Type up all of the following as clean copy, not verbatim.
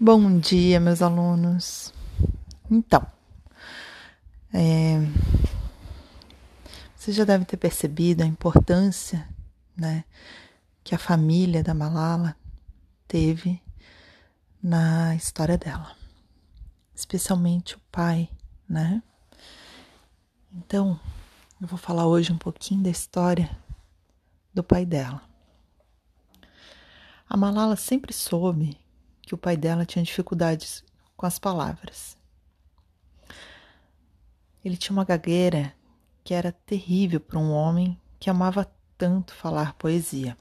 Bom dia, meus alunos. Então, você já deve ter percebido a importância, né, que a família da Malala teve na história dela, especialmente o pai, né? Então, eu vou falar hoje um pouquinho da história do pai dela. A Malala sempre soube que o pai dela tinha dificuldades com as palavras. Ele tinha uma gagueira que era terrível para um homem que amava tanto falar poesia.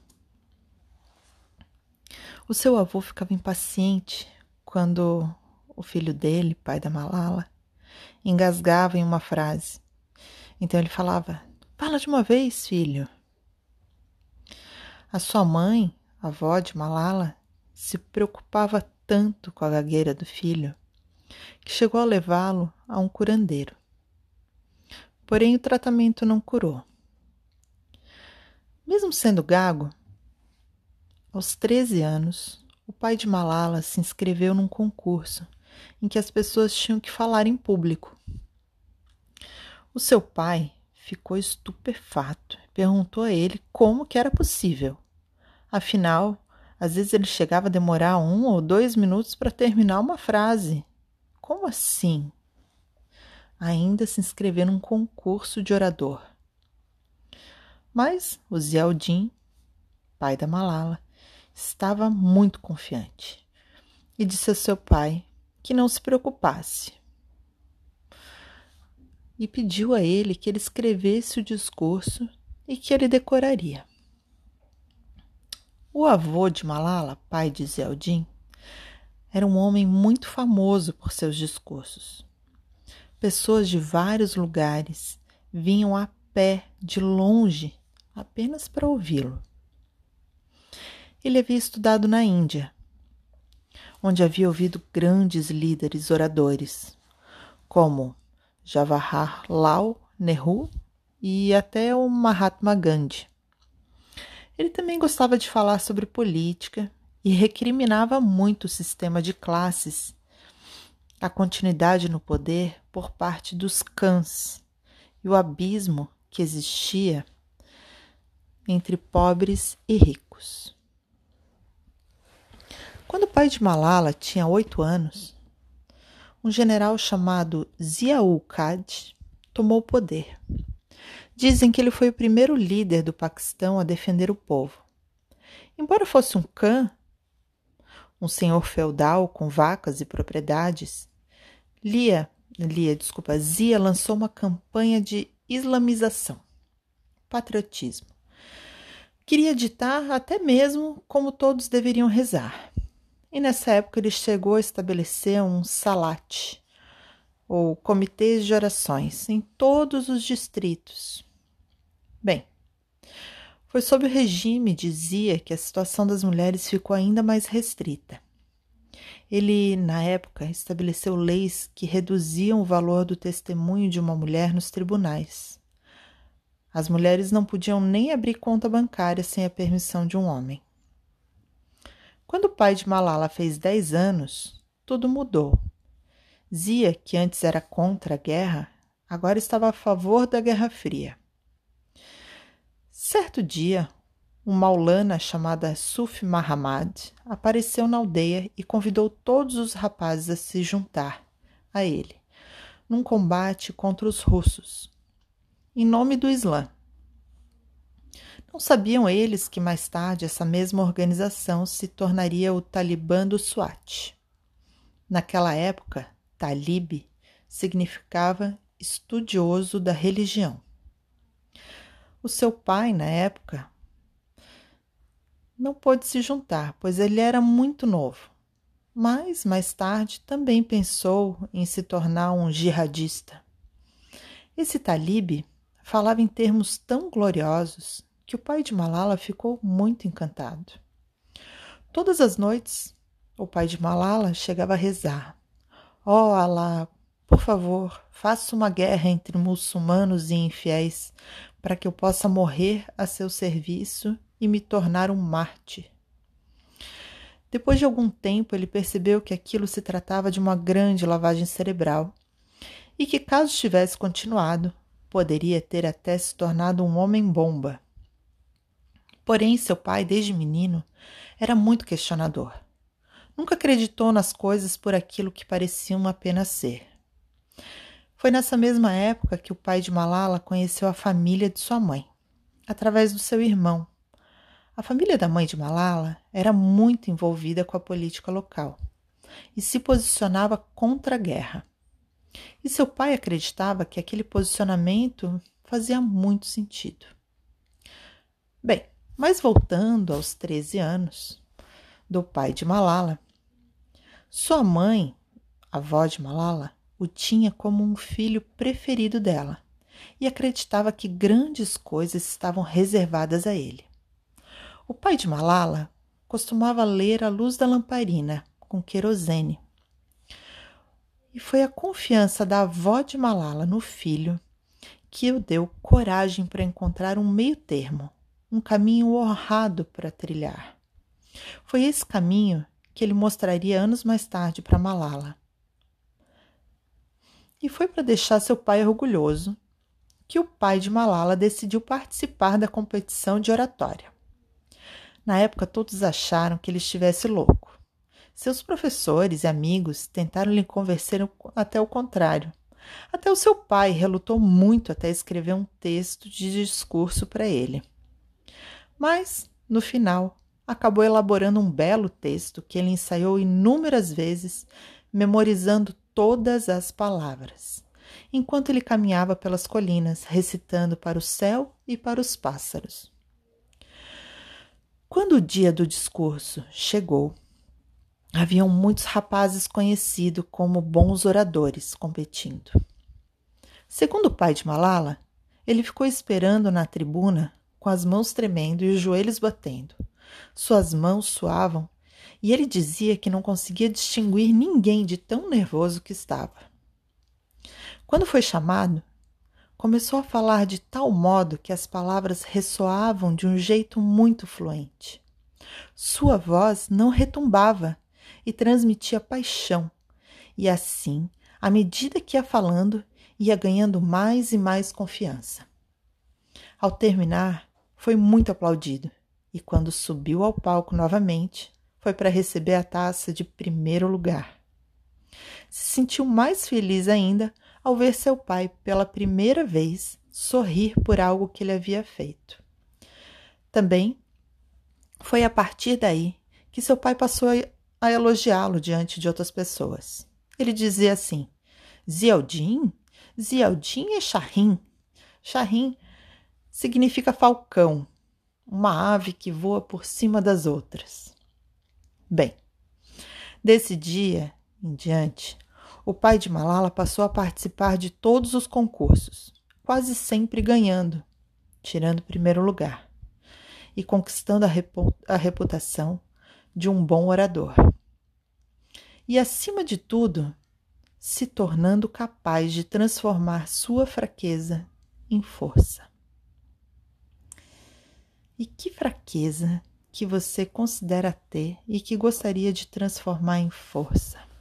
O seu avô ficava impaciente quando o filho dele, pai da Malala, engasgava em uma frase. Então ele falava: "Fala de uma vez, filho." A sua mãe, a avó de Malala, se preocupava tanto com a gagueira do filho que chegou a levá-lo a um curandeiro. Porém, o tratamento não curou. Mesmo sendo gago, aos 13 anos, o pai de Malala se inscreveu num concurso em que as pessoas tinham que falar em público. O seu pai ficou estupefato e perguntou a ele como que era possível. Afinal, às vezes ele chegava a demorar 1 ou 2 minutos para terminar uma frase. Como assim? Ainda se inscrever num concurso de orador. Mas o Ziauddin, pai da Malala, estava muito confiante e disse a seu pai que não se preocupasse e pediu a ele que ele escrevesse o discurso e que ele decoraria. O avô de Malala, pai de Ziauddin, era um homem muito famoso por seus discursos. Pessoas de vários lugares vinham a pé de longe apenas para ouvi-lo. Ele havia estudado na Índia, onde havia ouvido grandes líderes oradores, como Jawaharlal Nehru e até o Mahatma Gandhi. Ele também gostava de falar sobre política e recriminava muito o sistema de classes, a continuidade no poder por parte dos cães e o abismo que existia entre pobres e ricos. Quando o pai de Malala tinha 8 anos, um general chamado Zia-ul Kad tomou o poder. Dizem que ele foi o primeiro líder do Paquistão a defender o povo. Embora fosse um Khan, um senhor feudal com vacas e propriedades, Zia lançou uma campanha de islamização, patriotismo. Queria ditar até mesmo como todos deveriam rezar. E nessa época ele chegou a estabelecer um salat, ou comitês de orações, em todos os distritos. Bem, foi sob o regime de Zia que a situação das mulheres ficou ainda mais restrita. Ele, na época, estabeleceu leis que reduziam o valor do testemunho de uma mulher nos tribunais. As mulheres não podiam nem abrir conta bancária sem a permissão de um homem. Quando o pai de Malala fez 10 anos, tudo mudou. Zia, que antes era contra a guerra, agora estava a favor da Guerra Fria. Certo dia, uma maulana chamada Sufi Mahamad apareceu na aldeia e convidou todos os rapazes a se juntar a ele, num combate contra os russos, em nome do Islã. Não sabiam eles que mais tarde essa mesma organização se tornaria o Talibã do Swat. Naquela época, Talib significava estudioso da religião. O seu pai, na época, não pôde se juntar, pois ele era muito novo. Mas, mais tarde, também pensou em se tornar um jihadista. Esse Talib falava em termos tão gloriosos que o pai de Malala ficou muito encantado. Todas as noites, o pai de Malala chegava a rezar: "Ó Alá, por favor, faça uma guerra entre muçulmanos e infiéis, para que eu possa morrer a seu serviço e me tornar um mártir." Depois de algum tempo, ele percebeu que aquilo se tratava de uma grande lavagem cerebral e que, caso tivesse continuado, poderia ter até se tornado um homem-bomba. Porém, seu pai, desde menino, era muito questionador. Nunca acreditou nas coisas por aquilo que pareciam apenas ser. Foi nessa mesma época que o pai de Malala conheceu a família de sua mãe, através do seu irmão. A família da mãe de Malala era muito envolvida com a política local e se posicionava contra a guerra. E seu pai acreditava que aquele posicionamento fazia muito sentido. Bem, mas voltando aos 13 anos do pai de Malala, sua mãe, a avó de Malala, o tinha como um filho preferido dela e acreditava que grandes coisas estavam reservadas a ele. O pai de Malala costumava ler à luz da lamparina, com querosene. E foi a confiança da avó de Malala no filho que o deu coragem para encontrar um meio termo, um caminho honrado para trilhar. Foi esse caminho que ele mostraria anos mais tarde para Malala. E foi para deixar seu pai orgulhoso que o pai de Malala decidiu participar da competição de oratória. Na época, todos acharam que ele estivesse louco. Seus professores e amigos tentaram lhe convencer até o contrário. Até o seu pai relutou muito até escrever um texto de discurso para ele. Mas, no final, acabou elaborando um belo texto que ele ensaiou inúmeras vezes, memorizando todas as palavras, enquanto ele caminhava pelas colinas, recitando para o céu e para os pássaros. Quando o dia do discurso chegou, haviam muitos rapazes conhecidos como bons oradores competindo. Segundo o pai de Malala, ele ficou esperando na tribuna com as mãos tremendo e os joelhos batendo. Suas mãos suavam e ele dizia que não conseguia distinguir ninguém de tão nervoso que estava. Quando foi chamado, começou a falar de tal modo que as palavras ressoavam de um jeito muito fluente. Sua voz não retumbava e transmitia paixão, e assim, à medida que ia falando, ia ganhando mais e mais confiança. Ao terminar, foi muito aplaudido, e quando subiu ao palco novamente, foi para receber a taça de primeiro lugar. Se sentiu mais feliz ainda ao ver seu pai, pela primeira vez, sorrir por algo que ele havia feito. Também foi a partir daí que seu pai passou a elogiá-lo diante de outras pessoas. Ele dizia assim: Ziauddin? Ziauddin é Shahin. Shahin significa falcão, uma ave que voa por cima das outras. Bem, desse dia em diante, o pai de Malala passou a participar de todos os concursos, quase sempre ganhando, tirando o primeiro lugar, e conquistando a reputação de um bom orador. E, acima de tudo, se tornando capaz de transformar sua fraqueza em força. E que fraqueza que você considera ter e que gostaria de transformar em força?